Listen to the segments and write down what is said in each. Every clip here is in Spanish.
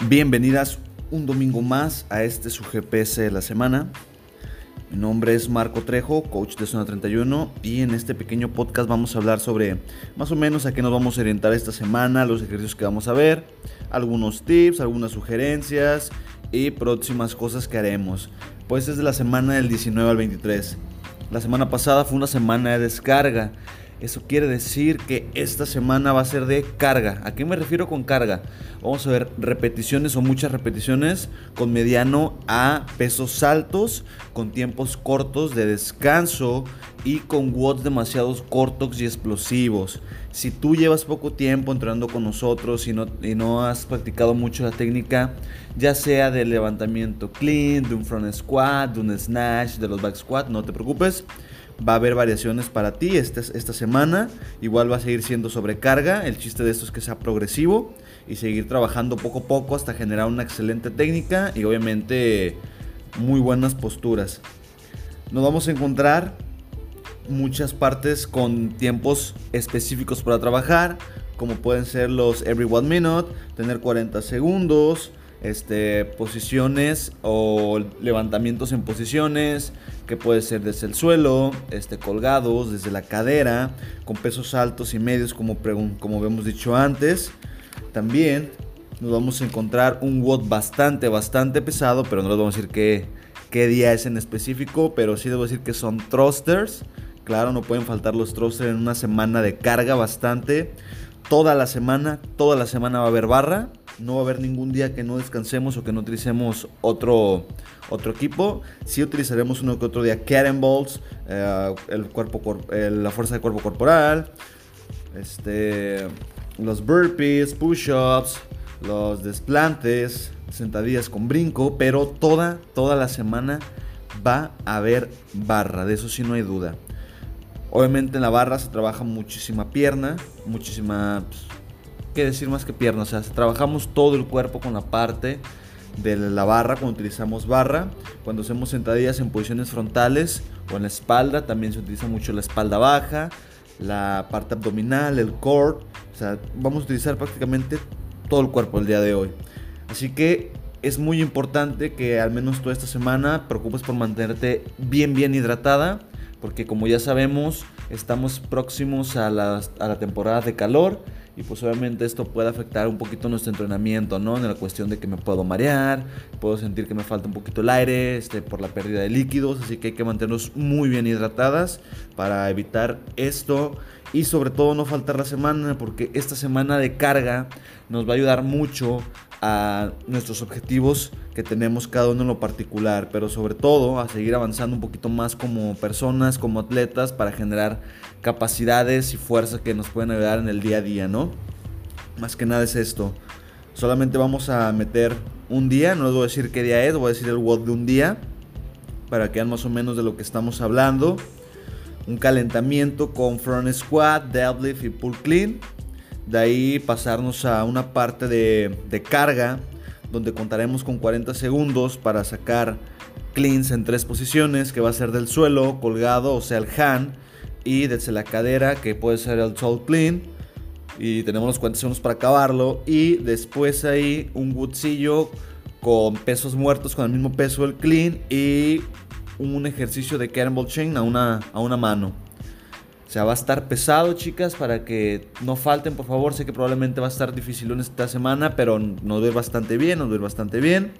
Bienvenidas un domingo más a su GPS de la semana. Mi nombre es Marco Trejo, coach de Zona 31, y en este pequeño podcast vamos a hablar sobre más o menos a qué nos vamos a orientar esta semana, los ejercicios que vamos a ver, algunos tips, algunas sugerencias y próximas cosas que haremos. Pues es de la semana del 19 al 23. La semana pasada fue una semana de descarga. Eso quiere decir que esta semana va a ser de carga. ¿A qué me refiero con carga? Vamos a ver repeticiones o muchas repeticiones con mediano a pesos altos, con tiempos cortos de descanso y con watts demasiado cortos y explosivos. Si tú llevas poco tiempo entrenando con nosotros y no has practicado mucho la técnica, ya sea del levantamiento clean, de un front squat, de un snatch, de los back squat, no te preocupes. Va a haber variaciones para ti esta semana. Igual va a seguir siendo sobrecarga. El chiste de esto es que sea progresivo y seguir trabajando poco a poco hasta generar una excelente técnica y obviamente muy buenas posturas. Nos vamos a encontrar muchas partes con tiempos específicos para trabajar, como pueden ser los every 1 minute, tener 40 segundos, posiciones o levantamientos en posiciones que puede ser desde el suelo, colgados desde la cadera, con pesos altos y medios como habíamos dicho antes. También nos vamos a encontrar un WOD bastante pesado, pero no les vamos a decir qué día es en específico, pero sí debo decir que son thrusters. Claro, no pueden faltar los thrusters en una semana de carga bastante. Toda la semana va a haber barra. No va a haber ningún día que no descansemos o que no utilicemos otro equipo. Sí utilizaremos uno que otro día kettlebells, la fuerza de cuerpo corporal, los burpees, push-ups, los desplantes, sentadillas con brinco, pero toda la semana va a haber barra, de eso sí no hay duda. Obviamente en la barra se trabaja muchísima pierna, ¿qué decir más que pierna? O sea, trabajamos todo el cuerpo con la parte de la barra cuando utilizamos barra. Cuando hacemos sentadillas en posiciones frontales o en la espalda, también se utiliza mucho la espalda baja, la parte abdominal, el core. O sea, vamos a utilizar prácticamente todo el cuerpo el día de hoy. Así que es muy importante que al menos toda esta semana preocupes por mantenerte bien hidratada, porque como ya sabemos, estamos próximos a la temporada de calor. Y pues obviamente esto puede afectar un poquito nuestro entrenamiento, ¿no? En la cuestión de que me puedo marear, puedo sentir que me falta un poquito el aire, por la pérdida de líquidos. Así que hay que mantenernos muy bien hidratadas para evitar esto. Y sobre todo no faltar la semana, porque esta semana de carga nos va a ayudar mucho a nuestros objetivos que tenemos cada uno en lo particular, pero sobre todo a seguir avanzando un poquito más como personas, como atletas, para generar capacidades y fuerza que nos pueden ayudar en el día a día, ¿no? Más que nada es esto. Solamente vamos a meter un día, no les voy a decir qué día es, voy a decir el WOD de un día para que vean más o menos de lo que estamos hablando. Un calentamiento con front squat, deadlift y pull clean. De ahí pasarnos a una parte de carga, donde contaremos con 40 segundos para sacar cleans en 3 posiciones, que va a ser del suelo, colgado, o sea el hand, y desde la cadera, que puede ser el tall clean. Y tenemos los 40 segundos para acabarlo. Y después ahí un woodcillo con pesos muertos, con el mismo peso del clean, y un ejercicio de kettlebell chain a una mano. O sea, va a estar pesado, chicas, para que no falten, por favor. Sé que probablemente va a estar difícil en esta semana, pero nos va a ir bastante bien.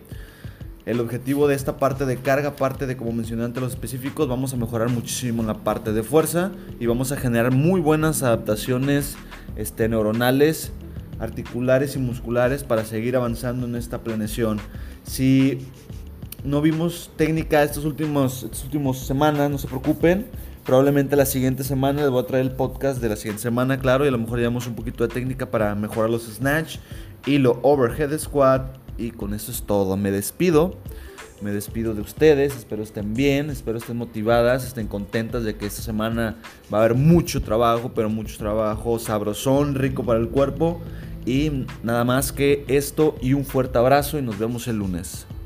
El objetivo de esta parte de carga, aparte de, como mencioné antes, los específicos, vamos a mejorar muchísimo en la parte de fuerza y vamos a generar muy buenas adaptaciones neuronales, articulares y musculares para seguir avanzando en esta planeación. Si no vimos técnica estas últimas semanas, no se preocupen. Probablemente la siguiente semana les voy a traer el podcast de la siguiente semana, claro, y a lo mejor llevamos un poquito de técnica para mejorar los snatch y lo overhead squat. Y con eso es todo. Me despido de ustedes. Espero estén bien, espero estén motivadas, estén contentas de que esta semana va a haber mucho trabajo, pero mucho trabajo sabrosón, rico para el cuerpo. Y nada más que esto, y un fuerte abrazo, y nos vemos el lunes.